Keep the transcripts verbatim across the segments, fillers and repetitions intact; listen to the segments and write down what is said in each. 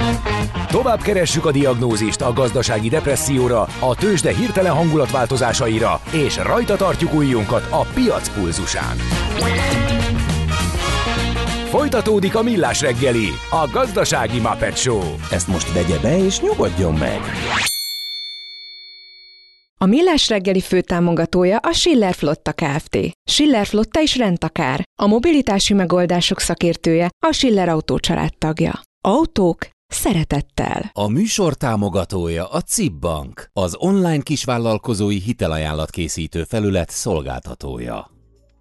Tovább keressük a diagnózist a gazdasági depresszióra, a tőzsde hirtelen hangulatváltozásaira, és rajta tartjuk ujjunkat a piac pulzusán. Folytatódik a Millás reggeli, a gazdasági Muppet Show. Ezt most vegye be és nyugodjon meg! A Millás reggeli főtámogatója a Schiller Flotta Kft. Schiller Flotta is rendtakár. A mobilitási megoldások szakértője, a Schiller Autó család tagja. Autók szeretettel. A műsor támogatója a cé i bé Bank, az online kisvállalkozói hitelajánlatkészítő felület szolgáltatója.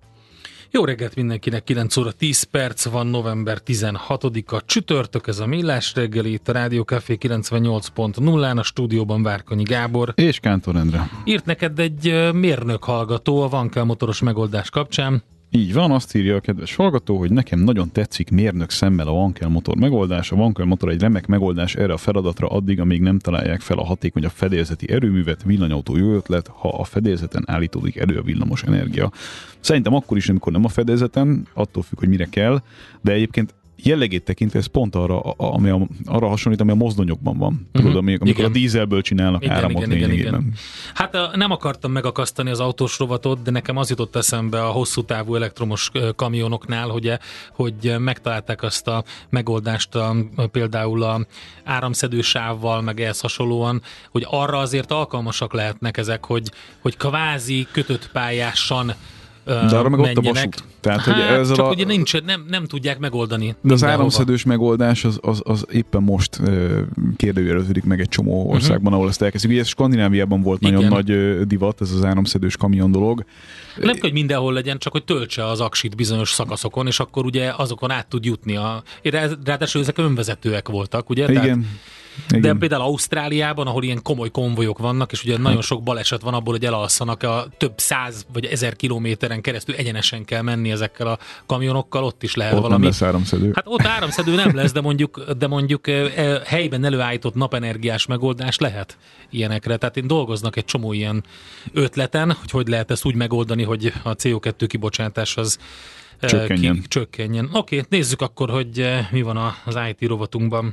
Jó reggelt mindenkinek, kilenc óra tíz perc van, november tizenhatodika, csütörtök, ez a Millás reggeli, itt a Rádió Café kilencvennyolc pont nullán, a stúdióban Várkonyi Gábor. És Kántor Endre. Írt neked egy mérnök hallgató a Vankel motoros megoldás kapcsán. Így van, azt írja a kedves hallgató, hogy nekem nagyon tetszik mérnök szemmel a Vankel motor megoldás. A Vankel motor egy remek megoldás erre a feladatra addig, amíg nem találják fel a hatékonyabb fedélzeti erőművet. Villanyautó jó ötlet, ha a fedélzeten állítódik elő a villamos energia. Szerintem akkor is, amikor nem a fedélzeten, attól függ, hogy mire kell, de egyébként jellegét tekintve ez pont arra, ami a, arra hasonlít, ami a mozdonyokban van. Tudod, uh-huh. amikor igen. a dízelből csinálnak igen, áramot igen, lényegében. Igen, igen. Hát nem akartam megakasztani az autós rovatot, de nekem az jutott eszembe a hosszú távú elektromos kamionoknál, hogy, hogy megtalálták azt a megoldást a, például a áramszedősávval, meg ehhez hasonlóan, hogy arra azért alkalmasak lehetnek ezek, hogy, hogy kvázi kötött pályásan de arra meg ott a vasút. Tehát, hát, hogy ezzel csak a... ugye nincs, nem, nem tudják megoldani. De az áramszedős megoldás az, az, az éppen most uh, kérdőjeleződik meg egy csomó országban, uh-huh. ahol ezt elkezdjük. Ugye ez Skandináviában volt igen. nagyon nagy uh, divat, ez az áramszedős kamion dolog. Nem kell, hogy mindenhol legyen, csak hogy töltse az aksit bizonyos szakaszokon, és akkor ugye azokon át tud jutni. A... Ráadásul ezek önvezetőek voltak, ugye? Igen. Tehát... Igen. De például Ausztráliában, ahol ilyen komoly konvojok vannak, és ugye hát. nagyon sok baleset van abból, hogy elalszanak, a több száz vagy ezer kilométeren keresztül egyenesen kell menni ezekkel a kamionokkal, ott is lehet ott valami. Nem lesz áramszedő. Hát ott áramszedő nem lesz, de mondjuk, de mondjuk e, helyben előállított napenergiás megoldás lehet ilyenekre. Tehát én dolgoznak egy csomó ilyen ötleten, hogy hogy lehet ezt úgy megoldani, hogy a cé o kettő kibocsátás az csökkenjen. Ki, csökkenjen. Oké, nézzük akkor, hogy mi van az i té rovatunkban.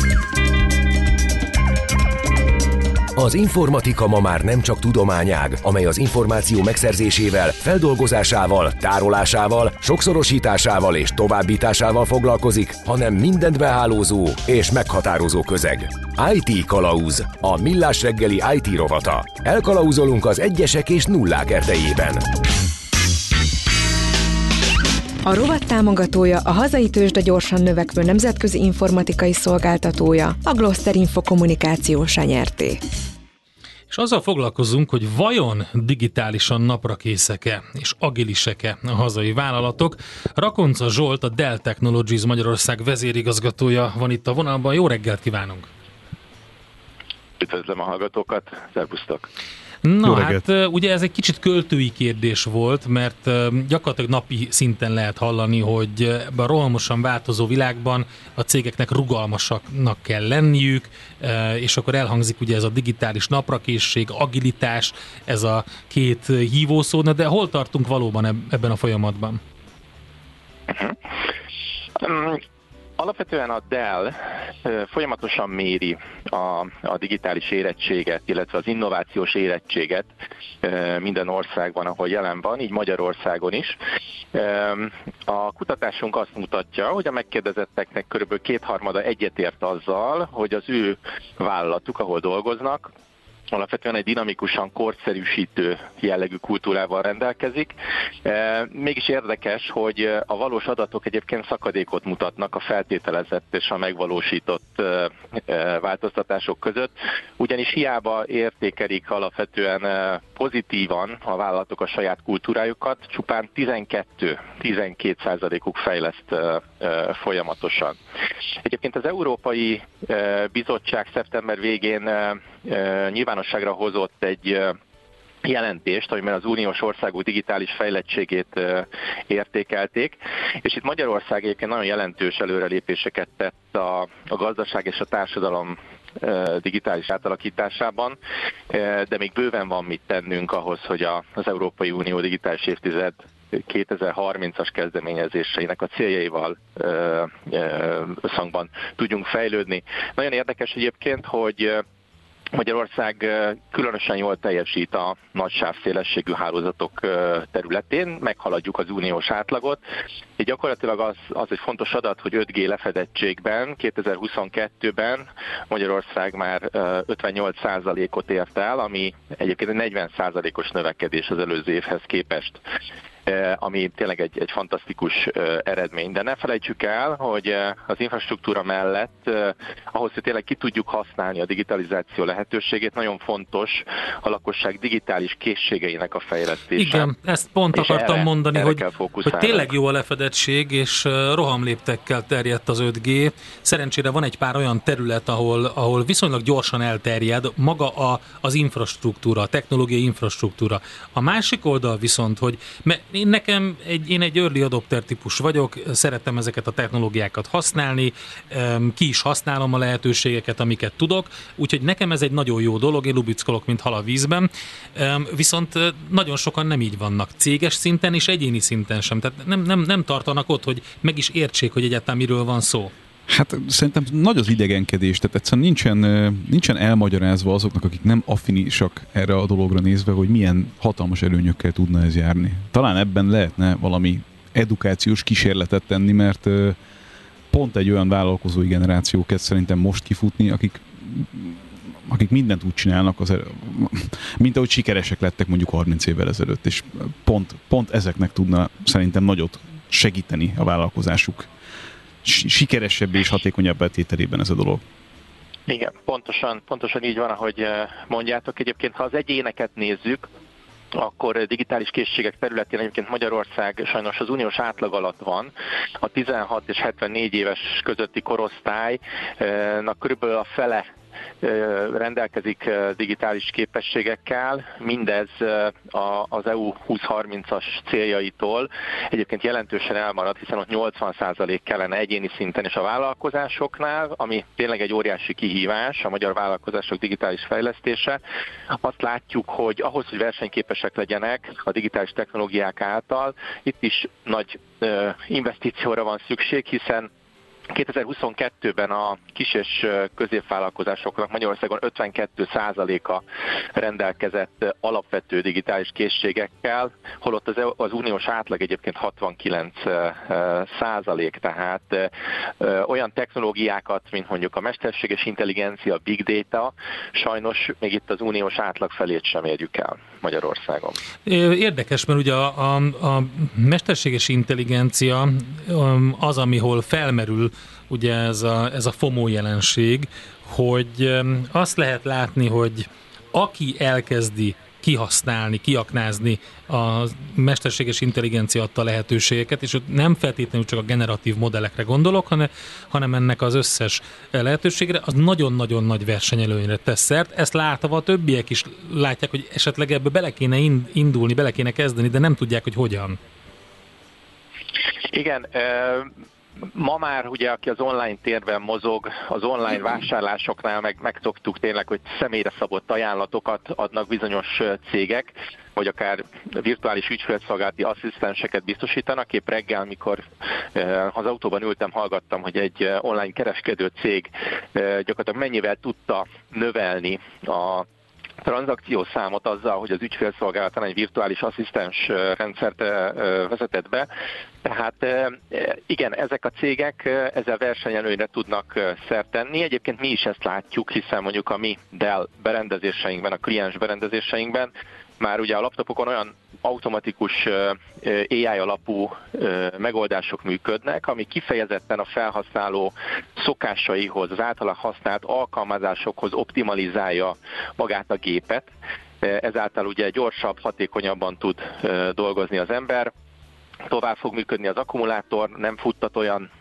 Az informatika ma már nem csak tudományág, amely az információ megszerzésével, feldolgozásával, tárolásával, sokszorosításával és továbbításával foglalkozik, hanem mindent behálózó és meghatározó közeg. i té Kalauz, a Millás reggeli i té rovata. Elkalauzolunk az egyesek és nullák erdejében. A rovat támogatója a hazai tőzsde gyorsan növekvő nemzetközi informatikai szolgáltatója, a Gloster Info Kommunikációs nyerté. És azzal foglalkozunk, hogy vajon digitálisan naprakészek-e és agilisek-e a hazai vállalatok. Rakonca Zsolt, a Dell Technologies Magyarország vezérigazgatója van itt a vonalban. Jó reggelt kívánunk! Üdvözlöm a hallgatókat, szervusztok! Na hát ugye ez egy kicsit költői kérdés volt, mert gyakorlatilag napi szinten lehet hallani, hogy ebben a rohamosan változó világban a cégeknek rugalmasaknak kell lenniük, és akkor elhangzik ugye ez a digitális naprakészség, agilitás, ez a két hívószó, de hol tartunk valóban ebben a folyamatban? Uh-huh. Um. Alapvetően a Dell folyamatosan méri a, a digitális érettséget, illetve az innovációs érettséget minden országban, ahol jelen van, így Magyarországon is. A kutatásunk azt mutatja, hogy a megkérdezetteknek körülbelül kétharmada egyetért azzal, hogy az ő vállalatuk, ahol dolgoznak, alapvetően egy dinamikusan korszerűsítő jellegű kultúrával rendelkezik. Mégis érdekes, hogy a valós adatok egyébként szakadékot mutatnak a feltételezett és a megvalósított változtatások között, ugyanis hiába értékelik alapvetően pozitívan a vállalatok a saját kultúrájukat, csupán tizenkettő-tizenkét százalékuk fejleszt folyamatosan. Egyébként az Európai Bizottság szeptember végén nyilvánosságra hozott egy jelentést, amiben az uniós országok digitális fejlettségét értékelték, és itt Magyarország egyébként nagyon jelentős előrelépéseket tett a, a gazdaság és a társadalom digitális átalakításában, de még bőven van mit tennünk ahhoz, hogy a, az Európai Unió digitális évtized kétezer-harmincas kezdeményezéseinek a céljaival összhangban tudjunk fejlődni. Nagyon érdekes egyébként, hogy Magyarország különösen jól teljesít a nagy sávszélességű hálózatok területén, meghaladjuk az uniós átlagot. Így gyakorlatilag az, az egy fontos adat, hogy öt G lefedettségben kétezer-huszonkettőben Magyarország már ötvennyolc százalékot ért el, ami egyébként egy negyven százalékos növekedés az előző évhez képest, ami tényleg egy, egy fantasztikus eredmény. De ne felejtsük el, hogy az infrastruktúra mellett ahhoz, hogy tényleg ki tudjuk használni a digitalizáció lehetőségét, nagyon fontos a lakosság digitális készségeinek a fejlesztése. Igen, ezt pont és akartam erre, mondani, erre hogy, hogy tényleg jó a lefedettség, és rohamléptekkel terjedt az öt G. Szerencsére van egy pár olyan terület, ahol, ahol viszonylag gyorsan elterjed maga a, az infrastruktúra, a technológiai infrastruktúra. A másik oldal viszont, hogy Én nekem egy, én egy early adopter típus vagyok, szeretem ezeket a technológiákat használni, ki is használom a lehetőségeket, amiket tudok, úgyhogy nekem ez egy nagyon jó dolog, én lubickolok, mint hal a vízben, viszont nagyon sokan nem így vannak, céges szinten és egyéni szinten sem, tehát nem, nem, nem tartanak ott, hogy meg is értsék, hogy egyáltalán miről van szó. Hát szerintem nagy az idegenkedés, tehát egyszerűen nincsen, nincsen elmagyarázva azoknak, akik nem affinisak erre a dologra nézve, hogy milyen hatalmas előnyökkel tudna ez járni. Talán ebben lehetne valami edukációs kísérletet tenni, mert pont egy olyan vállalkozói generáció kezd szerintem most kifutni, akik, akik mindent úgy csinálnak, az, mint ahogy sikeresek lettek mondjuk harminc évvel ezelőtt, és pont, pont ezeknek tudna szerintem nagyot segíteni a vállalkozásuk sikeresebb és hatékonyabb tételében ez a dolog. Igen, pontosan, pontosan így van, ahogy mondjátok. Egyébként, ha az egyéneket nézzük, akkor digitális készségek területén egyébként Magyarország sajnos az uniós átlag alatt van. A tizenhat és hetvennégy éves közötti korosztálynak körülbelül a fele rendelkezik digitális képességekkel, mindez az é u húsz harmincas céljaitól egyébként jelentősen elmarad, hiszen ott nyolcvan százalék kellene egyéni szinten és a vállalkozásoknál, ami tényleg egy óriási kihívás, a magyar vállalkozások digitális fejlesztése. Azt látjuk, hogy ahhoz, hogy versenyképesek legyenek a digitális technológiák által, itt is nagy investícióra van szükség, hiszen kétezer-huszonkettőben a kis és középvállalkozásoknak Magyarországon ötvenkettő százaléka rendelkezett alapvető digitális készségekkel, holott az, az uniós átlag egyébként hatvankilenc százalék, tehát olyan technológiákat, mint mondjuk a mesterséges intelligencia, big data, sajnos még itt az uniós átlag felét sem érjük el Magyarországon. Érdekes, mert ugye a, a, a mesterséges intelligencia az, amihol felmerül ugye ez a, ez a FOMO jelenség, hogy azt lehet látni, hogy aki elkezdi kihasználni, kiaknázni a mesterséges intelligencia adta lehetőségeket, és ott nem feltétlenül csak a generatív modellekre gondolok, hanem, hanem ennek az összes lehetőségre, az nagyon-nagyon nagy versenyelőnyre tesz szert. Ezt látva a többiek is látják, hogy esetleg ebbe bele kéne indulni, bele kéne kezdeni, de nem tudják, hogy hogyan. Igen, ma már ugye, aki az online térben mozog, az online vásárlásoknál meg, megszoktuk tényleg, hogy személyre szabott ajánlatokat adnak bizonyos cégek, vagy akár virtuális ügyfélszolgálati asszisztenseket biztosítanak. Épp reggel, mikor az autóban ültem, hallgattam, hogy egy online kereskedő cég gyakorlatilag mennyivel tudta növelni a tranzakciószámot azzal, hogy az ügyfélszolgálatán egy virtuális asszisztens rendszert vezetett be. Tehát igen, ezek a cégek ezzel versenyelőnyre tudnak szert tenni. Egyébként mi is ezt látjuk, hiszen mondjuk a mi Dell berendezéseinkben, a kliens berendezéseinkben már ugye a laptopokon olyan automatikus á i alapú megoldások működnek, ami kifejezetten a felhasználó szokásaihoz, az általa használt alkalmazásokhoz optimalizálja magát a gépet. Ezáltal ugye gyorsabb, hatékonyabban tud dolgozni az ember. Tovább fog működni az akkumulátor, nem futtat olyan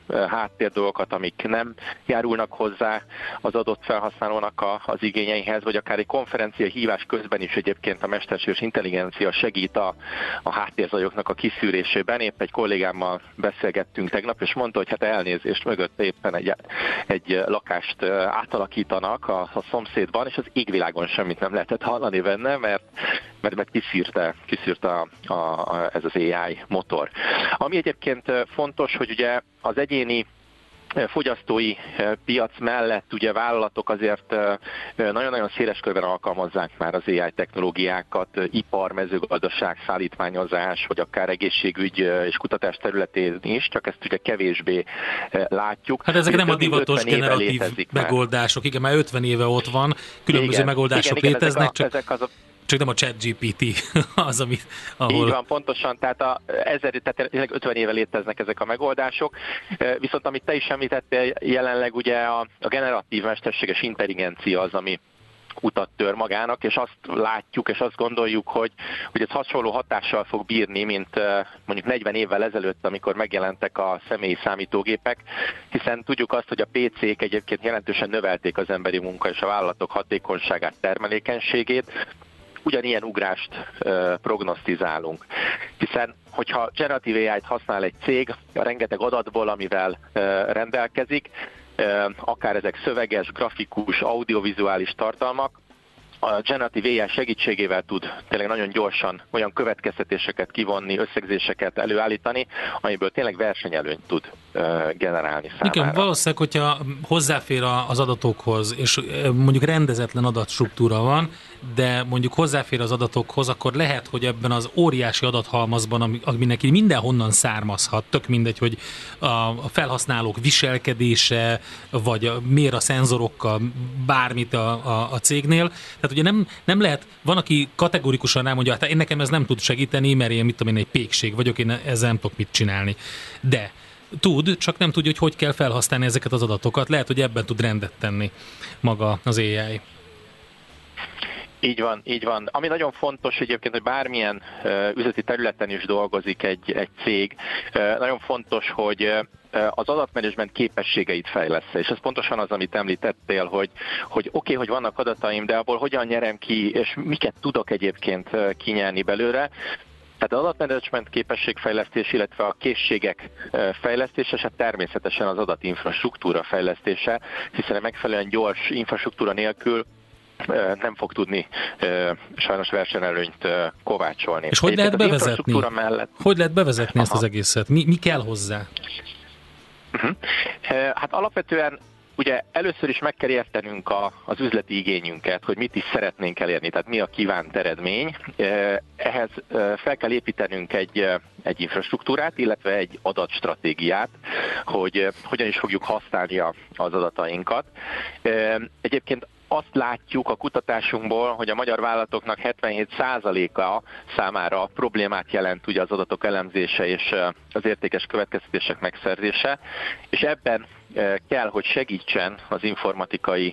háttérdolgokat, amik nem járulnak hozzá az adott felhasználónak a, az igényeihez, vagy akár egy konferencia hívás közben is egyébként a mesterséges intelligencia segít a, a háttérzajoknak a kiszűrésében. Épp egy kollégámmal beszélgettünk tegnap, és mondta, hogy hát elnézést, mögött éppen egy, egy lakást átalakítanak a, a szomszédban, és az égvilágon semmit nem lehetett hallani benne, mert, mert, mert kiszűrte, kiszűrte a, a, a, ez az á i motor. Ami egyébként fontos, hogy ugye az egyéni fogyasztói piac mellett ugye vállalatok azért nagyon-nagyon széles körben alkalmazzák már az á i technológiákat, ipar, mezőgazdaság, szállítmányozás, vagy akár egészségügy és kutatás területén is, csak ezt ugye kevésbé látjuk. Hát ezek nem a divatos generatív megoldások, igen, már ötven éve ott van, különböző igen, megoldások igen, igen, léteznek, ezek a, csak... Ezek az a Csak nem a ChatGPT az, amit, ahol... Így van, pontosan, tehát, a ezer, tehát ötven éve léteznek ezek a megoldások, viszont amit te is említettél, jelenleg ugye a, a generatív mesterséges intelligencia az, ami utat tör magának, és azt látjuk, és azt gondoljuk, hogy, hogy ez hasonló hatással fog bírni, mint mondjuk negyven évvel ezelőtt, amikor megjelentek a személyi számítógépek, hiszen tudjuk azt, hogy a pé cék egyébként jelentősen növelték az emberi munka és a vállalatok hatékonyságát, termelékenységét, ugyanilyen ugrást uh, prognosztizálunk. Hiszen, hogyha generatív á i-t használ egy cég, a rengeteg adatból, amivel uh, rendelkezik, uh, akár ezek szöveges, grafikus, audiovizuális tartalmak, a generatív á i segítségével tud tényleg nagyon gyorsan olyan következtetéseket kivonni, összegzéseket előállítani, amiből tényleg versenyelőnyt tud uh, generálni számára. Igen, valószínűleg, hogyha hozzáfér az adatokhoz, és mondjuk rendezetlen adatstruktúra van, de mondjuk hozzáfér az adatokhoz, akkor lehet, hogy ebben az óriási adathalmazban, ami, ami neki mindenhonnan származhat, tök mindegy, hogy a felhasználók viselkedése, vagy a, mér a szenzorokkal bármit a, a, a cégnél. Tehát ugye nem, nem lehet, van, aki kategorikusan elmondja, hát én nekem ez nem tud segíteni, mert én mit tudom én, egy pékség vagyok, én ezzel nem tudok mit csinálni. De tud, csak nem tudja, hogy hogy kell felhasználni ezeket az adatokat. Lehet, hogy ebben tud rendet tenni maga az á i. Így van, így van. Ami nagyon fontos egyébként, hogy bármilyen uh, üzleti területen is dolgozik egy, egy cég, uh, nagyon fontos, hogy uh, az adatmenedzsment képességeit fejlesz. És ez pontosan az, amit említettél, hogy, hogy oké, okay, hogy vannak adataim, de abból hogyan nyerem ki, és miket tudok egyébként uh, kinyerni belőle. Tehát az adatmenedzsment képességfejlesztés, illetve a készségek fejlesztése, és természetesen az adatinfrastruktúra fejlesztése, hiszen a megfelelően gyors infrastruktúra nélkül nem fog tudni sajnos versenyelőnyt kovácsolni. És hogy lehet bevezetni? Mellett... Hogy lehet bevezetni Aha. ezt az egészet? Mi, mi kell hozzá? Uh-huh. Hát alapvetően ugye először is meg kell értenünk a, az üzleti igényünket, hogy mit is szeretnénk elérni, tehát mi a kívánt eredmény. Ehhez fel kell építenünk egy, egy infrastruktúrát, illetve egy adatstratégiát, hogy hogyan is fogjuk használni az adatainkat. Egyébként azt látjuk a kutatásunkból, hogy a magyar vállalatoknak hetvenhét százaléka számára problémát jelent ugye az adatok elemzése és az értékes következtetések megszerzése, és ebben kell, hogy segítsen az informatikai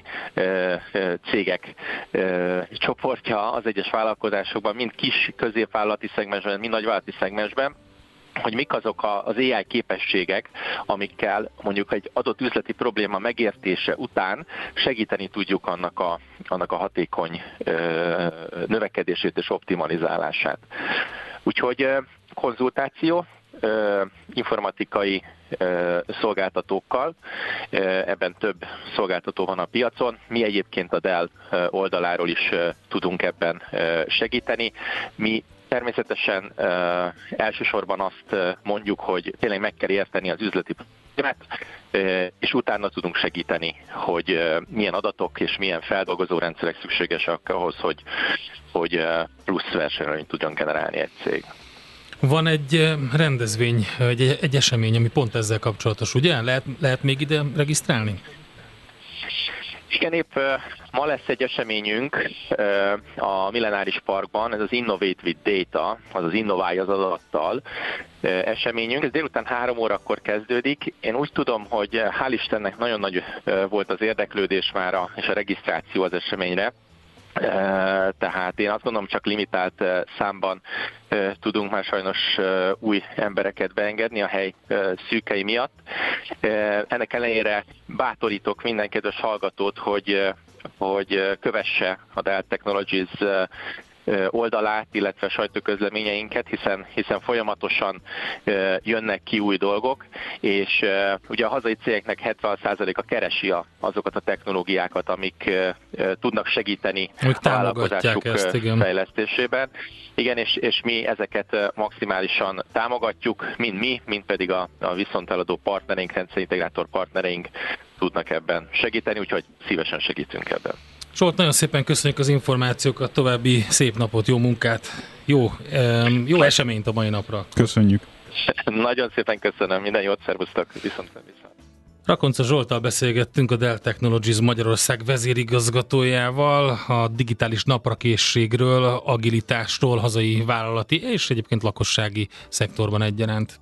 cégek csoportja az egyes vállalkozásokban, mind kis középvállalati szegmensben, mind nagyvállalati szegmensben, hogy mik azok az á i képességek, amikkel mondjuk egy adott üzleti probléma megértése után segíteni tudjuk annak a, annak a hatékony ö, növekedését és optimalizálását. Úgyhogy ö, konzultáció, ö, informatikai ö, szolgáltatókkal, ö, ebben több szolgáltató van a piacon. Mi egyébként a Dell oldaláról is ö, tudunk ebben ö, segíteni. Mi természetesen uh, elsősorban azt uh, mondjuk, hogy tényleg meg kell érteni az üzleti problémát, uh, és utána tudunk segíteni, hogy uh, milyen adatok és milyen feldolgozó rendszerek szükségesek ahhoz, hogy, hogy uh, plusz versenyt tudjon generálni egy cég. Van egy rendezvény, egy, egy esemény, ami pont ezzel kapcsolatos, ugye? Lehet, lehet még ide regisztrálni? Igen, épp ma lesz egy eseményünk a Millenáris Parkban, ez az Innovate with Data, azaz Innoválj az adattal eseményünk. Ez délután három órakor kezdődik. Én úgy tudom, hogy hál' Istennek nagyon nagy volt az érdeklődés már a, és a regisztráció az eseményre. Tehát én azt gondolom, csak limitált számban tudunk már sajnos új embereket beengedni a hely szűkei miatt. Ennek ellenére bátorítok minden kedves hallgatót, hogy, hogy kövesse a Dell Technologies oldalát, illetve sajtóközleményeinket, hiszen, hiszen folyamatosan jönnek ki új dolgok, és ugye a hazai cégeknek hetven százaléka keresi azokat a technológiákat, amik tudnak segíteni a vállalkozásuk ezt, igen. fejlesztésében. Igen, és, és mi ezeket maximálisan támogatjuk, mind mi, mind pedig a, a viszonteladó partnereink, rendszerintegrátor partnereink tudnak ebben segíteni, úgyhogy szívesen segítünk ebben. Zsolt, nagyon szépen köszönjük az információkat, további szép napot, jó munkát, jó, jó eseményt a mai napra. Köszönjük. Nagyon szépen köszönöm, minden jót, szervusztok, viszont viszont. Rakonca Zsolttal beszélgettünk, a Dell Technologies Magyarország vezérigazgatójával, a digitális naprakészségről, agilitásról, hazai vállalati és egyébként lakossági szektorban egyaránt.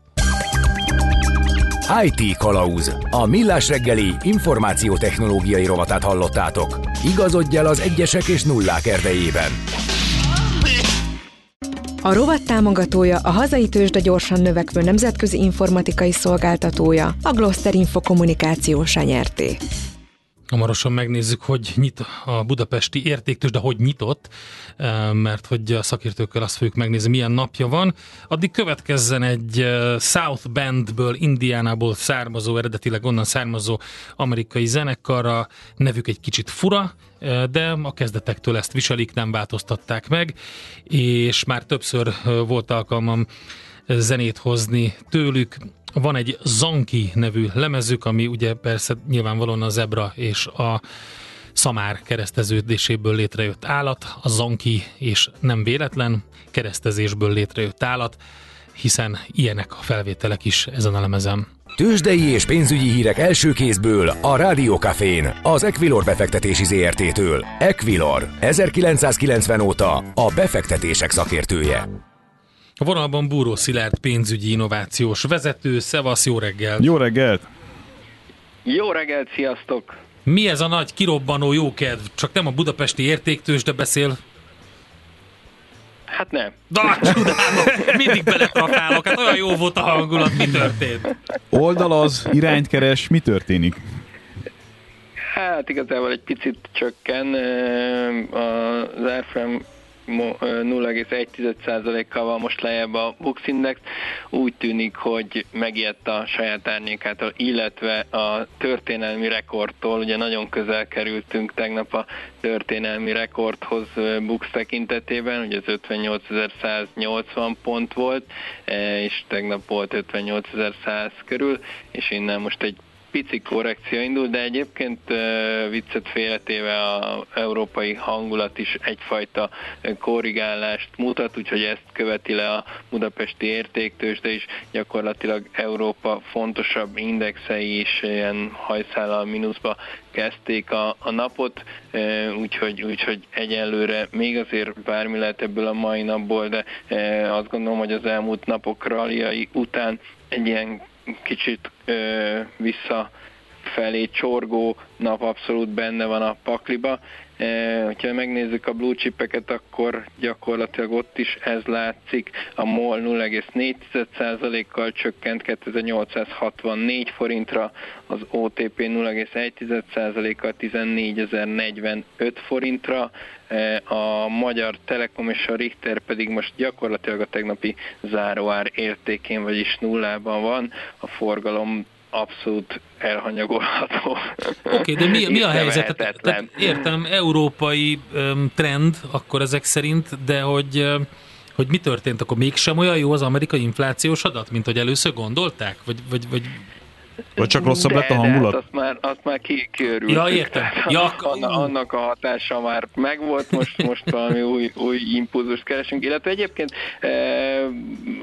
í té Kalauz. A Millás reggeli információtechnológiai rovatát hallottátok. Igazodj el az egyesek és nullák erdejében. A rovat támogatója a hazai tőzsde gyorsan növekvő nemzetközi informatikai szolgáltatója, a Gloster Info Kommunikációs nyerté. Hamarosan megnézzük, hogy nyit a budapesti értéktőzsde, de hogy nyitott, mert hogy a szakértőkkel azt fogjuk megnézni, milyen napja van. Addig következzen egy South Bendből, Indiánából származó, eredetileg onnan származó amerikai zenekar. A nevük egy kicsit fura, de a kezdetektől ezt viselik, nem változtatták meg, és már többször volt alkalmam zenét hozni tőlük. Van egy Zanki nevű lemezük, ami ugye persze nyilvánvalóan a zebra és a szamár kereszteződéséből létrejött állat, a Zanki, és nem véletlen keresztezésből létrejött állat, hiszen ilyenek a felvételek is ezen a lemezen. Tőzsdei és pénzügyi hírek első kézből a Rádió Cafén, az Equilor befektetési zé er té-től. Equilor, ezerkilencszázkilencven óta a befektetések szakértője. A vonalban Búró Szilárd pénzügyi innovációs vezető. Szevasz, jó reggelt! Jó reggelt! Jó reggelt, sziasztok! Mi ez a nagy kirobbanó jókedv? Csak nem a budapesti értéktőzsde beszél? Hát nem. Da, csodálom! Mindig beletrafálok, hát olyan jó volt a hangulat, mi történt? Oldalaz, irányt keres, mi történik? Hát igazából egy picit csökken az árfolyam nulla egész egy százalékkal van most lejjebb a Bux Index. Úgy tűnik, hogy megijedt a saját árnyékától, illetve a történelmi rekordtól. Ugye nagyon közel kerültünk tegnap a történelmi rekordhoz Bux tekintetében, ugye az ötvennyolcezer-száznyolcvan pont volt, és tegnap volt ötvennyolcezer-száz körül, és innen most egy pici korrekció indul, de egyébként uh, viccet félretéve az európai hangulat is egyfajta korrigálást mutat, úgyhogy ezt követi le a budapesti értéktőzsde is, gyakorlatilag Európa fontosabb indexei is ilyen hajszállal mínuszba kezdték a, a napot, uh, úgyhogy, úgyhogy egyelőre még azért bármi lehet ebből a mai napból, de uh, azt gondolom, hogy az elmúlt napok ralliai után egy ilyen kicsit ö, visszafelé csorgó nap abszolút benne van a pakliba. E, hogyha megnézzük a blue chipeket, akkor gyakorlatilag ott is ez látszik. A MOL nulla egész négy százalékkal csökkent kétezer-nyolcszázhatvannégy forintra, az o té pé nulla egész egy százalékkal tizennégyezer-negyvenöt forintra, e, a Magyar Telekom és a Richter pedig most gyakorlatilag a tegnapi záróár értékén, vagyis nullában van. A forgalom abszolút elhanyagolható. Oké, okay, de mi, mi a helyzet? Tehát, tehát értem, európai um, trend akkor ezek szerint, de hogy, uh, hogy mi történt? Akkor mégsem olyan jó az amerikai inflációs adat, mint hogy először gondolták? Vagy, vagy, vagy... vagy csak rosszabb de, lett a hangulat? Hát azt már, azt már ki, kiörültük. Ja, értem. Ja, annak, annak a hatása már megvolt, most, most valami új, új impulzust keresünk. Illetve egyébként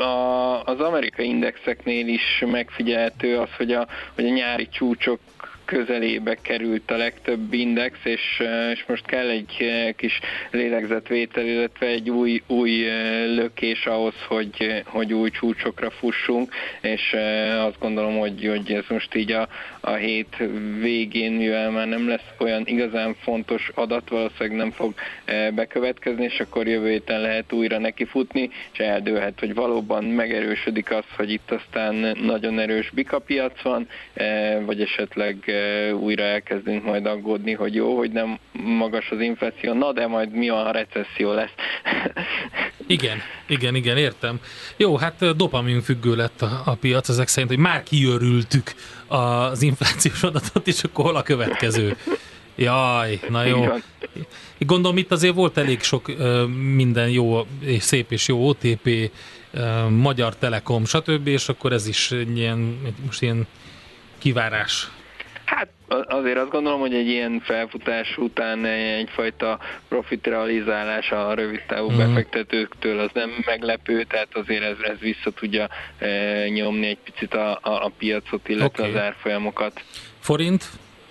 az amerikai indexeknél is megfigyelhető az, hogy a, hogy a nyári csúcsok közelébe került a legtöbb index, és, és most kell egy kis lélegzetvétel, illetve egy új, új lökés ahhoz, hogy, hogy új csúcsokra fussunk, és azt gondolom, hogy, hogy ez most így a, a hét végén, mivel már nem lesz olyan igazán fontos adat, valószínűleg nem fog bekövetkezni, és akkor jövő héten lehet újra nekifutni, és eldőlhet, hogy valóban megerősödik az, hogy itt aztán nagyon erős bikapiac van, vagy esetleg újra elkezdünk majd aggódni, hogy jó, hogy nem magas az infláció, na de majd mi van, ha recesszió lesz. Igen, igen, igen, értem. Jó, hát dopamin függő lett a, a piac, ezek szerint, hogy már kiörültük az inflációs adatot, és akkor hol a következő? Jaj, na jó. Gondolom itt azért volt elég sok uh, minden jó és szép és jó o té pé, uh, Magyar Telekom, stb. És akkor ez is ilyen, most ilyen kivárás. Hát azért azt gondolom, hogy egy ilyen felfutás után egyfajta profitrealizálás a rövidtávú mm. befektetőktől az nem meglepő, tehát azért ez, ez vissza tudja e, nyomni egy picit a, a, a piacot, illetve okay. az árfolyamokat. Forint?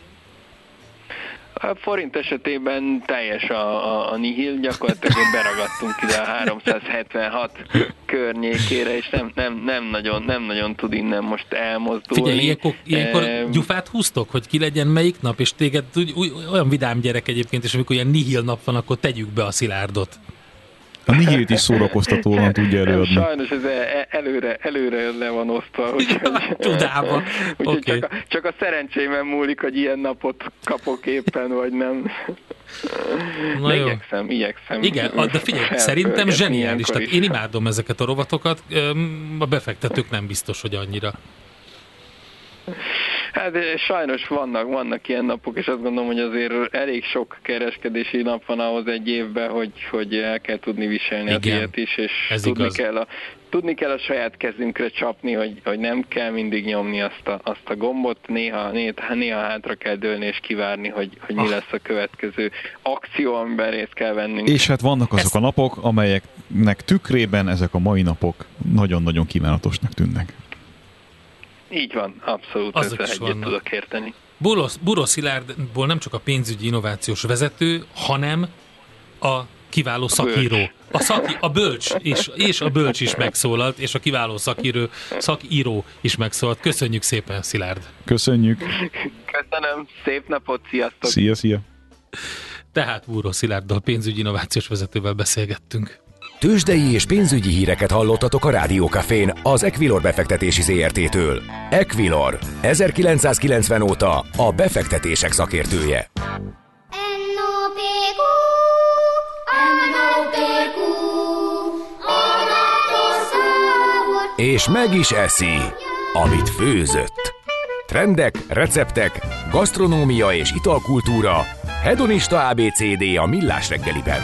A forint esetében teljes a, a, a nihil, gyakorlatilag beragadtunk ide a háromszázhetvenhat környékére, és nem, nem, nem, nagyon, nem nagyon tud innen most elmozdulni. Figyelj, ilyenkor, ilyenkor e... gyufát húztok, hogy ki legyen melyik nap, és téged úgy, olyan vidám gyerek egyébként, és amikor ilyen nihil nap van, akkor tegyük be a Szilárdot. A nihilt is szórakoztatóan tudja előadni. Sajnos ez előre, előre le van osztva. Úgyhogy, Tudába. Úgyhogy Okay. csak, a, csak a szerencsémen múlik, hogy ilyen napot kapok éppen, vagy nem. Na de jó. igyekszem, igyekszem. Igen, de figyelj, szerintem zseniális. Tehát én imádom ezeket a rovatokat, a befektetők nem biztos, hogy annyira. Hát sajnos vannak, vannak ilyen napok, és azt gondolom, hogy azért elég sok kereskedési nap van ahhoz egy évben, hogy, hogy el kell tudni viselni az ilyet is, és tudni kell, a, tudni kell a saját kezünkre csapni, hogy, hogy nem kell mindig nyomni azt a, azt a gombot, néha, néha, néha hátra kell dőlni és kivárni, hogy, hogy mi lesz a következő akció, amiben részt kell vennünk. És hát vannak azok Ezt... a napok, amelyeknek tükrében ezek a mai napok nagyon-nagyon kívánatosnak tűnnek. Így van, abszolút, azok ezzel egyet vannak. Tudok érteni. Búró Szilárdból nem csak a pénzügyi innovációs vezető, hanem a kiváló szakíró. A, szaki, a bölcs, és, és a bölcs is megszólalt, és a kiváló szakíró, szakíró is megszólalt. Köszönjük szépen, Szilárd! Köszönjük! Köszönöm, szép napot, sziasztok! Szia, szia! Tehát Búró Szilárddal, pénzügyi innovációs vezetővel beszélgettünk. Tőzsdei és pénzügyi híreket hallottatok a Rádiókafén az Equilor befektetési zé er té-től. Equilor, ezerkilencszázkilencven óta a befektetések szakértője. És meg is eszi, amit főzött. Trendek, receptek, gasztronómia és italkultúra, hedonista á bé cé dé a Millás reggeliben.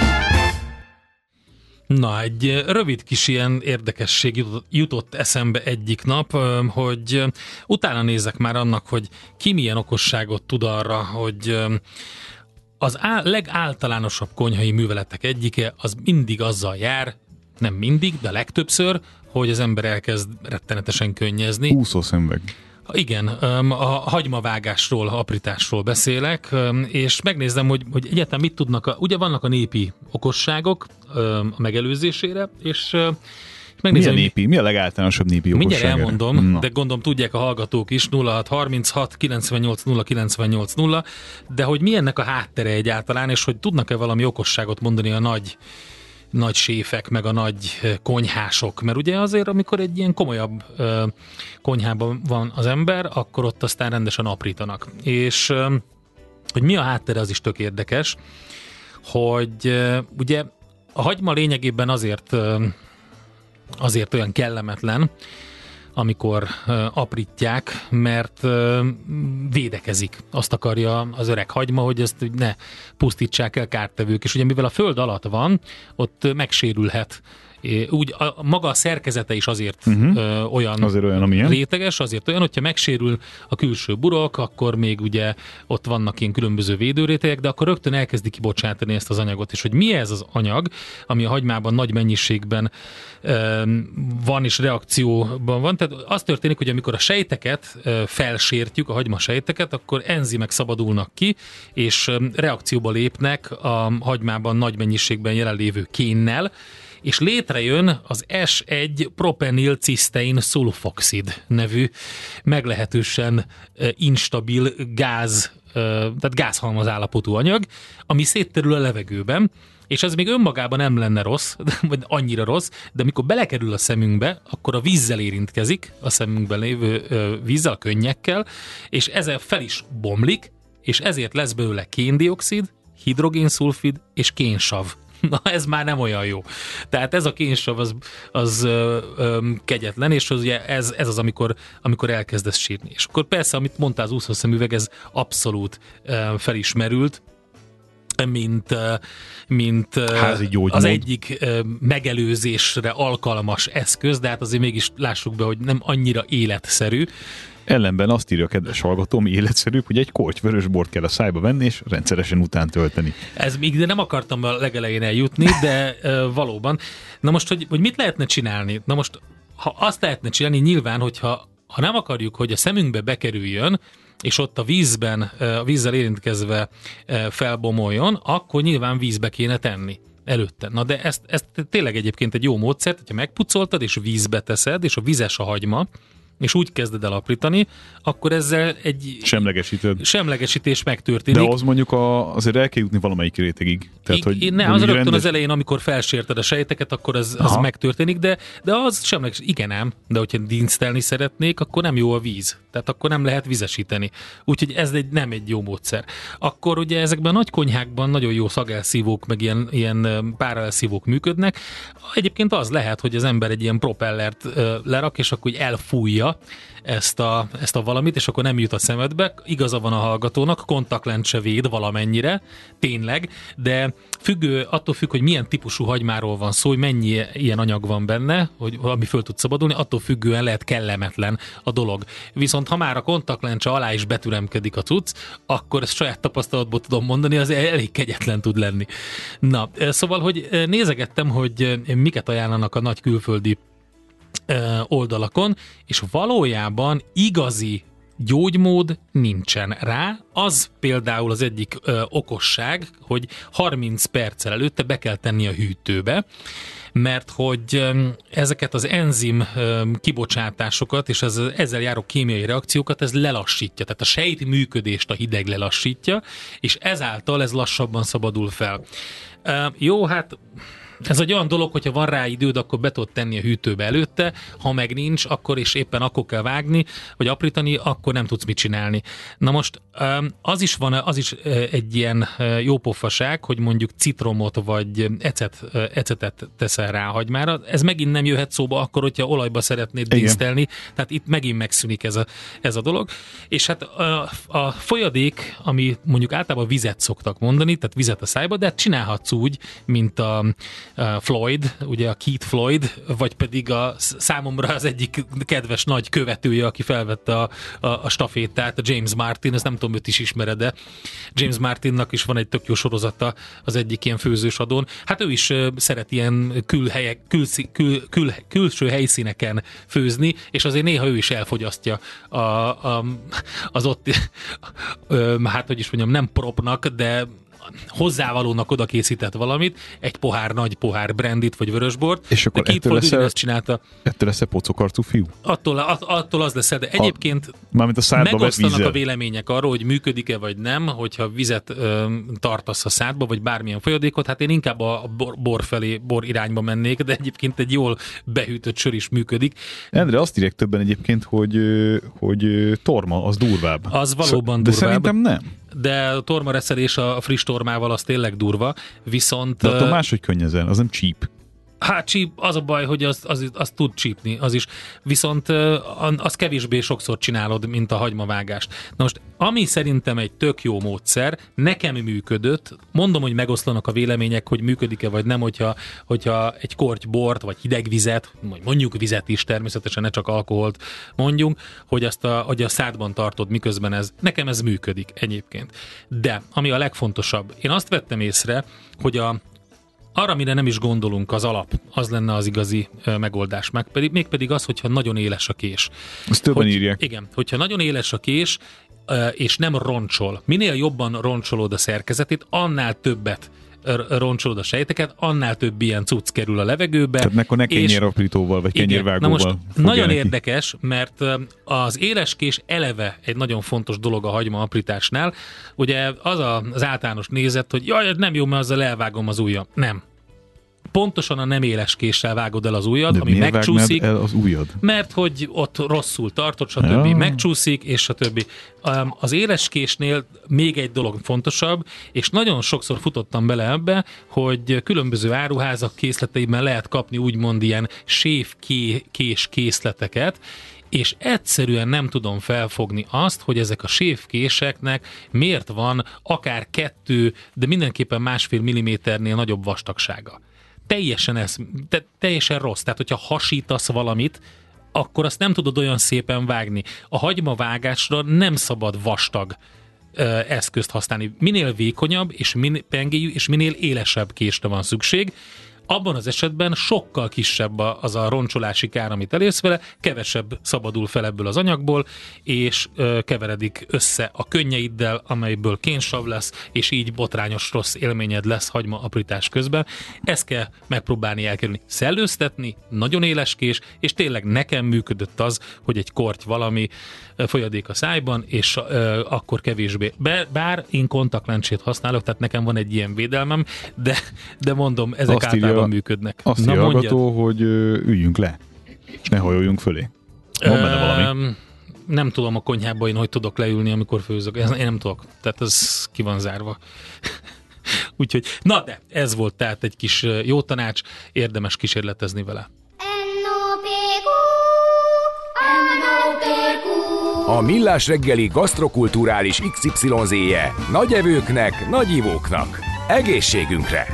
Na, egy rövid kis ilyen érdekesség jutott eszembe egyik nap, hogy utána nézek már annak, hogy ki milyen okosságot tud arra, hogy az á- legáltalánosabb konyhai műveletek egyike az mindig azzal jár, nem mindig, de legtöbbször, hogy az ember elkezd rettenetesen könnyezni. Úszószemüveg. Igen, a hagymavágásról, aprításról beszélek, és megnézem, hogy, hogy egyáltalán mit tudnak, a, ugye vannak a népi okosságok a megelőzésére, és megnézem, mi a népi? Mi a legáltalánosabb népi okosság? Mindjárt elmondom, Na. de gondolom tudják a hallgatók is, nulla hat harminchat kilencvennyolc nulla kilencvennyolc nulla, de hogy mi ennek a háttere egyáltalán, és hogy tudnak-e valami okosságot mondani a nagy nagy séfek, meg a nagy konyhások, mert ugye azért, amikor egy ilyen komolyabb ö, konyhában van az ember, akkor ott aztán rendesen aprítanak. És ö, hogy mi a háttere, az is tök érdekes, hogy ö, ugye a hagyma lényegében azért ö, azért olyan kellemetlen, amikor ö, aprítják, mert ö, védekezik. Azt akarja az öreg hagyma, hogy ezt ne pusztítsák el kártevők. És ugye mivel a föld alatt van, ott megsérülhet, Úgy a, maga a szerkezete is azért uh-huh. ö, olyan, azért olyan amilyen. réteges, azért olyan, hogyha megsérül a külső burok, akkor még ugye ott vannak ilyen különböző védőrétegek, de akkor rögtön elkezdi kibocsátani ezt az anyagot. És hogy mi ez az anyag, ami a hagymában nagy mennyiségben ö, van és reakcióban van. Tehát az történik, hogy amikor a sejteket ö, felsértjük, a hagyma sejteket, akkor enzimek szabadulnak ki, és ö, reakcióba lépnek a hagymában nagy mennyiségben jelenlévő kénnel, és létrejön az es egy propenilcisztein szulfoxid nevű meglehetősen instabil gáz, tehát gázhalmaz állapotú anyag, ami szétterül a levegőben, és ez még önmagában nem lenne rossz, vagy annyira rossz, de amikor belekerül a szemünkbe, akkor a vízzel érintkezik, a szemünkben lévő vízzel, a könnyekkel, és ezzel fel is bomlik, és ezért lesz belőle kéndioxid, hidrogénszulfid és kénsav. Na, ez már nem olyan jó. Tehát ez a kénsav az, az ö, ö, kegyetlen, és az, ugye ez, ez az, amikor, amikor elkezdesz sírni. És akkor persze, amit mondtál, az úszószemüveg, ez abszolút ö, felismerült, mint, mint az egyik megelőzésre alkalmas eszköz, de hát azért mégis lássuk be, hogy nem annyira életszerű. Ellenben azt írja a kedves hallgató, ami életszerűbb, hogy egy korty vörösbort kell a szájba venni, és rendszeresen után tölteni. Ez még de nem akartam a legelején eljutni, de uh, valóban. Na most, hogy, hogy mit lehetne csinálni? Na most, ha azt lehetne csinálni, nyilván, hogyha ha nem akarjuk, hogy a szemünkbe bekerüljön, és ott a vízben, a vízzel érintkezve felbomoljon, akkor nyilván vízbe kéne tenni előtte. Na de ezt, ezt tényleg egyébként egy jó módszer, hogyha megpucoltad, és vízbe teszed, és a vizes a hagyma, és úgy kezded el aprítani, akkor ezzel egy semlegesíted. semlegesítés megtörténik. De az mondjuk a, azért el kell jutni valamelyik rétegig. Tehát, I, hogy ne, az rögtön rendes... az elején, amikor felsérted a sejteket, akkor az, az megtörténik, de, de az semleges. Igen ám, de hogyha dinsztelni szeretnék, akkor nem jó a víz. Tehát akkor nem lehet vizesíteni. Úgyhogy ez egy, nem egy jó módszer. Akkor ugye ezekben a nagy konyhákban nagyon jó szagelszívók, meg ilyen, ilyen párelszívók működnek. Egyébként az lehet, hogy az ember egy ilyen propellert uh, lerak, és akkor úgy elfújja ezt a, ezt a valamit, és akkor nem jut a szemedbe. Igaza van a hallgatónak, kontaktlencse véd valamennyire, tényleg, de függő, attól függ, hogy milyen típusú hagymáról van szó, hogy mennyi ilyen anyag van benne, hogy ami föl tud szabadulni, attól függően lehet kellemetlen a dolog. Viszont ha már a kontaktlencse alá is betüremkedik a cucc, akkor ezt saját tapasztalatból tudom mondani, az elég kegyetlen tud lenni. Na, szóval, hogy nézegettem, hogy miket ajánlanak a nagy külföldi oldalakon, és valójában igazi gyógymód nincsen rá. Az például az egyik ö, okosság, hogy harminc perccel előtte be kell tenni a hűtőbe, mert hogy ö, ezeket az enzim ö, kibocsátásokat és ez, ezzel járó kémiai reakciókat ez lelassítja, tehát a sejt működést a hideg lelassítja, és ezáltal ez lassabban szabadul fel. Ö, jó, hát ez egy olyan dolog, hogyha van rá időd, akkor be tudod tenni a hűtőbe előtte, ha meg nincs, akkor és éppen akkor kell vágni, vagy aprítani, akkor nem tudsz mit csinálni. Na most az is van, az is egy ilyen jópofaság, hogy mondjuk citromot vagy ecet, ecetet teszel rá a hagymára. Ez megint nem jöhet szóba akkor, hogyha olajba szeretnéd dísztelni, tehát itt megint megszűnik ez a, ez a dolog. És hát a, a folyadék, ami mondjuk általában vizet szoktak mondani, tehát vizet a szájba, de csinálhatsz úgy, mint a Floyd, ugye a Keith Floyd, vagy pedig a számomra az egyik kedves nagy követője, aki felvette a, a, a stafétát, a James Martin, ezt nem tudom, őt is ismered, de James Martinnak is van egy tök jó sorozata az egyik ilyen főzősadón. Hát ő is uh, szeret ilyen külhelyek, kül, kül, kül, külső helyszíneken főzni, és azért néha ő is elfogyasztja a, a, az ott, uh, hát hogy is mondjam, nem propnak, de hozzávalónak oda készített valamit, egy pohár, nagy pohár brandit vagy vörösbort. És akkor ettől lesz, ezt csinálta. Ettől lesz-e pocokarcú fiú? Attól, attól az lesz, de egyébként a, a megosztanak a vélemények arról, hogy működik-e vagy nem, hogyha vizet ö, tartasz a szádba, vagy bármilyen folyadékot, hát én inkább a bor, bor felé, bor irányba mennék, de egyébként egy jól behűtött sör is működik. Endre, azt írják többen egyébként, hogy, hogy torma, az durvább. Az valóban de durvább. De szerintem nem. De a tormareszelés a friss tormával az tényleg durva, viszont... De attól máshogy könnyezel, az nem cheap. Hát csíp, az a baj, hogy az, az, az tud csípni, az is. Viszont az kevésbé sokszor csinálod, mint a hagymavágást. Na most, ami szerintem egy tök jó módszer, nekem működött, mondom, hogy megoszlanak a vélemények, hogy működik-e vagy nem, hogyha, hogyha egy korty bort, vagy hideg vizet, mondjuk vizet is természetesen, ne csak alkoholt mondjunk, hogy azt a, hogy a szádban tartod, miközben ez, nekem ez működik egyébként. De, ami a legfontosabb, én azt vettem észre, hogy a arra, mire nem is gondolunk, az alap, az lenne az igazi uh, megoldás. Meg pedig, mégpedig az, hogyha nagyon éles a kés. Azt többen hogy, írják. Igen, hogyha nagyon éles a kés, uh, és nem roncsol. Minél jobban roncsolod a szerkezetét, annál többet roncsolod a sejteket, annál több ilyen cucc kerül a levegőbe. Tehát akkor ne kenyéraprítóval, vagy kenyérvágóval. Na most nagyon érdekes, mert az éleskés eleve egy nagyon fontos dolog a hagymaaprításnál. Ugye az a, az általános nézet, hogy jaj, nem jó, mert azzal elvágom az ujjam. Nem. Pontosan a nem éles késsel vágod el az ujjad, de ami megcsúszik. el az ujjad? Mert hogy ott rosszul tartod, stb. Ja. Megcsúszik, és stb. Az éles késnél még egy dolog fontosabb, és nagyon sokszor futottam bele ebbe, hogy különböző áruházak készleteiben lehet kapni úgymond ilyen sévkés készleteket, és egyszerűen nem tudom felfogni azt, hogy ezek a sévkéseknek miért van akár kettő, de mindenképpen másfél milliméternél nagyobb vastagsága. Teljesen ez, te, teljesen rossz. Tehát, hogyha hasítasz valamit, akkor azt nem tudod olyan szépen vágni. A hagymavágásra nem szabad vastag ö, eszközt használni. Minél vékonyabb és minél pengélyű és minél élesebb késre van szükség. Abban az esetben sokkal kisebb az a roncsolási kár, amit elérsz vele, kevesebb szabadul fel ebből az anyagból, és ö, keveredik össze a könnyeiddel, amelyből kénsav lesz, és így botrányos rossz élményed lesz hagymaaprítás közben. Ezt kell megpróbálni elkerülni. Szellőztetni, nagyon éles kés, és tényleg nekem működött az, hogy egy korty valami folyadék a szájban, és ö, akkor kevésbé. Be, bár én kontaktlencsét használok, tehát nekem van egy ilyen védelmem, de, de mondom, ezek azt általában írja, működnek. Azt írja hallgató, hogy ö, üljünk le, és ne hajoljunk fölé. Van benne valami? Nem tudom a konyhában én, hogy tudok leülni, amikor főzök. Én nem tudok. Tehát ez ki van zárva. Úgyhogy, na de, ez volt tehát egy kis jó tanács, érdemes kísérletezni vele. A Millás reggeli gasztrokulturális iksz ipszilon zé-je nagy evőknek, nagy ivóknak. Egészségünkre!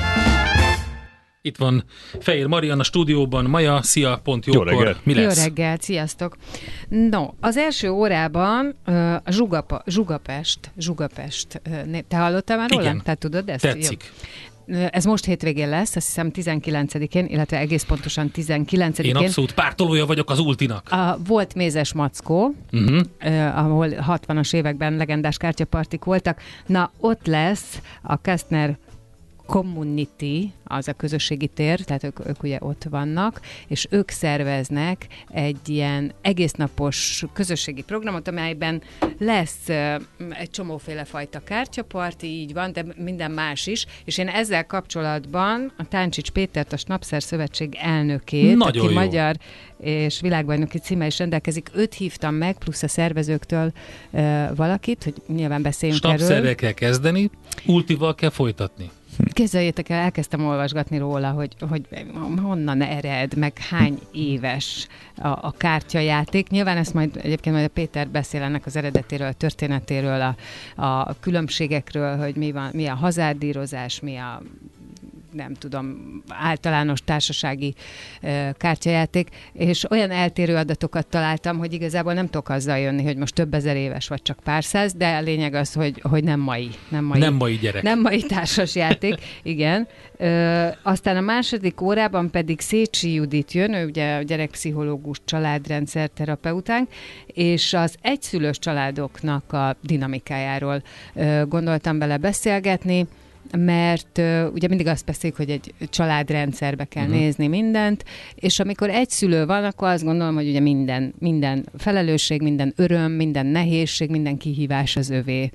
Itt van Fehér Marian a stúdióban. Maja, szia, pont jókor. Jó reggelt. Mi lesz? Jó reggelt, sziasztok! No, az első órában uh, a Zsugapa, Zsugapest, Zsugapest, uh, te hallottál már róla? Igen. Te tudod ezt? Tetszik. Jó. Ez most hétvégén lesz, azt hiszem tizenkilencedikén, illetve egész pontosan tizenkilencedikén. Én abszolút pártolója vagyok az Ultinak. A, volt Mézes Mackó, uh-huh. eh, ahol hatvanas években legendás kártyapartik voltak. Na, ott lesz a Kastner Community, az a közösségi tér, tehát ők, ők ugye ott vannak, és ők szerveznek egy ilyen egésznapos közösségi programot, amelyben lesz uh, egy csomóféle fajta kártyaparti, így van, de minden más is, és én ezzel kapcsolatban a Táncsics Pétert, a Snapszer Szövetség elnökét, nagyon aki jó. magyar és világbajnoki címmel is rendelkezik, őt hívtam meg, plusz a szervezőktől uh, valakit, hogy nyilván beszéljünk erről. Snapszerrel kell kezdeni, Ultival kell folytatni. Képzeljétek el, elkezdtem olvasgatni róla, hogy, hogy honnan ered, meg hány éves a, a kártyajáték. Nyilván ezt majd egyébként majd a Péter beszél ennek az eredetéről, a történetéről, a, a különbségekről, hogy mi, van, mi a hazárdírozás, mi a nem tudom, általános társasági uh, kártyajáték, és olyan eltérő adatokat találtam, hogy igazából nem tudok azzal jönni, hogy most több ezer éves, vagy csak pár száz, de a lényeg az, hogy, hogy nem mai. Nem mai, nem mai gyerek. Nem mai társasjáték, igen. Uh, aztán a második órában pedig Szécsi Judit jön, ő ugye a gyerekpszichológus, családrendszer terapeutánk, és az egyszülős családoknak a dinamikájáról uh, gondoltam bele beszélgetni, mert uh, ugye mindig azt beszéljük, hogy egy családrendszerbe kell uh-huh. nézni mindent, és amikor egy szülő van, akkor azt gondolom, hogy ugye minden, minden felelősség, minden öröm, minden nehézség, minden kihívás az övé.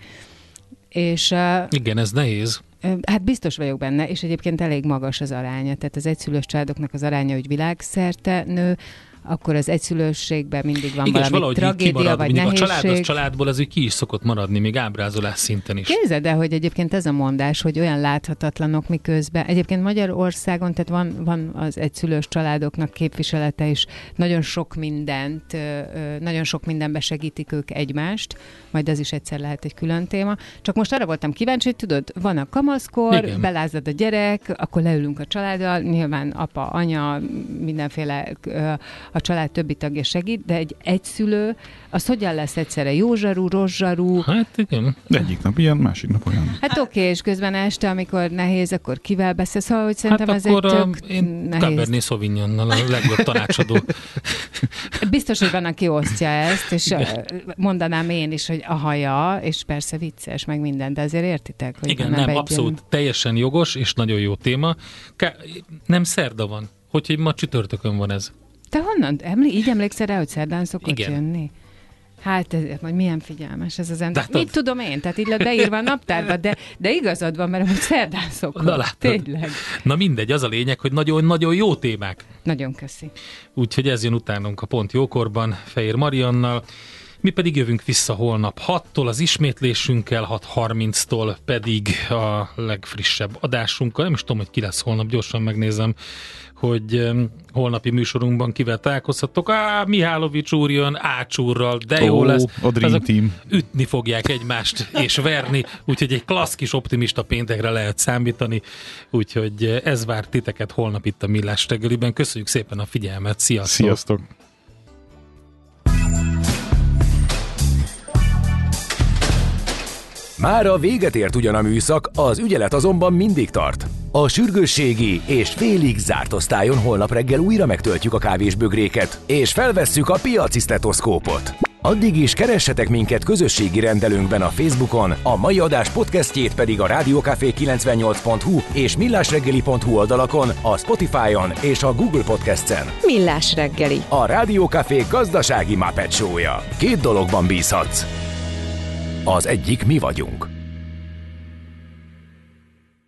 És, uh, igen, ez nehéz. Hát biztos vagyok benne, és egyébként elég magas az aránya, tehát az egyszülős családoknak az aránya, hogy világszerte nő, akkor az egyszülőségben mindig van igen, valami tragédia vagy nehézség. A családos családból ez ki is szokott maradni, még ábrázolás szinten is. Képzeld el, hogy egyébként ez a mondás, hogy olyan láthatatlanok miközben. Egyébként Magyarországon, tehát van, van az egyszülős családoknak képviselete is, nagyon sok mindent, nagyon sok mindenbe segítik ők egymást, majd ez is egyszer lehet egy külön téma. Csak most arra voltam kíváncsi, hogy tudod, van a kamaszkor, igen. belázad a gyerek, akkor leülünk a családdal, nyilván apa, anya, mindenféle a család többi tagja segít, de egy egyszülő, az hogyan lesz egyszerre jó zsarú, rossz zsarú? Hát igen. De egyik nap ilyen, másik nap olyan. Hát oké, és közben este, amikor nehéz, akkor kivel beszélsz? Szóval, hogy szerintem hát ez egy tök én nehéz. Cabernet Sauvignonnal a legjobb tanácsadó. Biztos, hogy van, aki osztja ezt, és mondanám én is, hogy a haja, és persze vicces, meg minden, de azért értitek, hogy igen, nem, abszolút ilyen... teljesen jogos, és nagyon jó téma. Nem szerda van, hogy ma csütörtökön van ez. Te honnan? Emlé- így emlékszel rá, hogy szerdán szokott igen. jönni? Hát, ez, majd milyen figyelmes ez az ember. De Mit tudom én? Tehát így lett beírva a naptárba, de, de igazad van, mert hogy szerdán szokott. Na látod. Tényleg. Na mindegy, az a lényeg, hogy nagyon-nagyon jó témák. Nagyon köszi. Úgyhogy ez jön utánunk a Pont Jókorban, Fejér Mariannal. Mi pedig jövünk vissza holnap hattól az ismétlésünkkel, hat harminctól pedig a legfrissebb adásunkkal. Nem is tudom, hogy ki lesz holnap, gyorsan megnézem, hogy um, holnapi műsorunkban kivel találkozhattok. Á, Mihálovics úr jön Ács úrral, de jó oh, lesz. A Dream Team. Ütni fogják egymást és verni, úgyhogy egy klassz kis optimista péntekre lehet számítani. Úgyhogy ez vár titeket holnap itt a Millás reggeliben. Köszönjük szépen a figyelmet, sziasztok! Sziasztok! Mára véget ért ugyan a műszak, az ügyelet azonban mindig tart. A sürgősségi és félig zárt osztályon holnap reggel újra megtöltjük a kávésbögréket, és felvesszük a piaci sztetoszkópot. Addig is keressetek minket közösségi rendelőnkben a Facebookon, a mai adás podcastjét pedig a rádiókafé kilencvennyolc pont hu és millásreggeli pont hu oldalakon, a Spotify-on és a Google Podcast-en. Millás reggeli. A Rádiókafé gazdasági Muppet Show-ja. Két dologban bízhatsz. Az egyik mi vagyunk.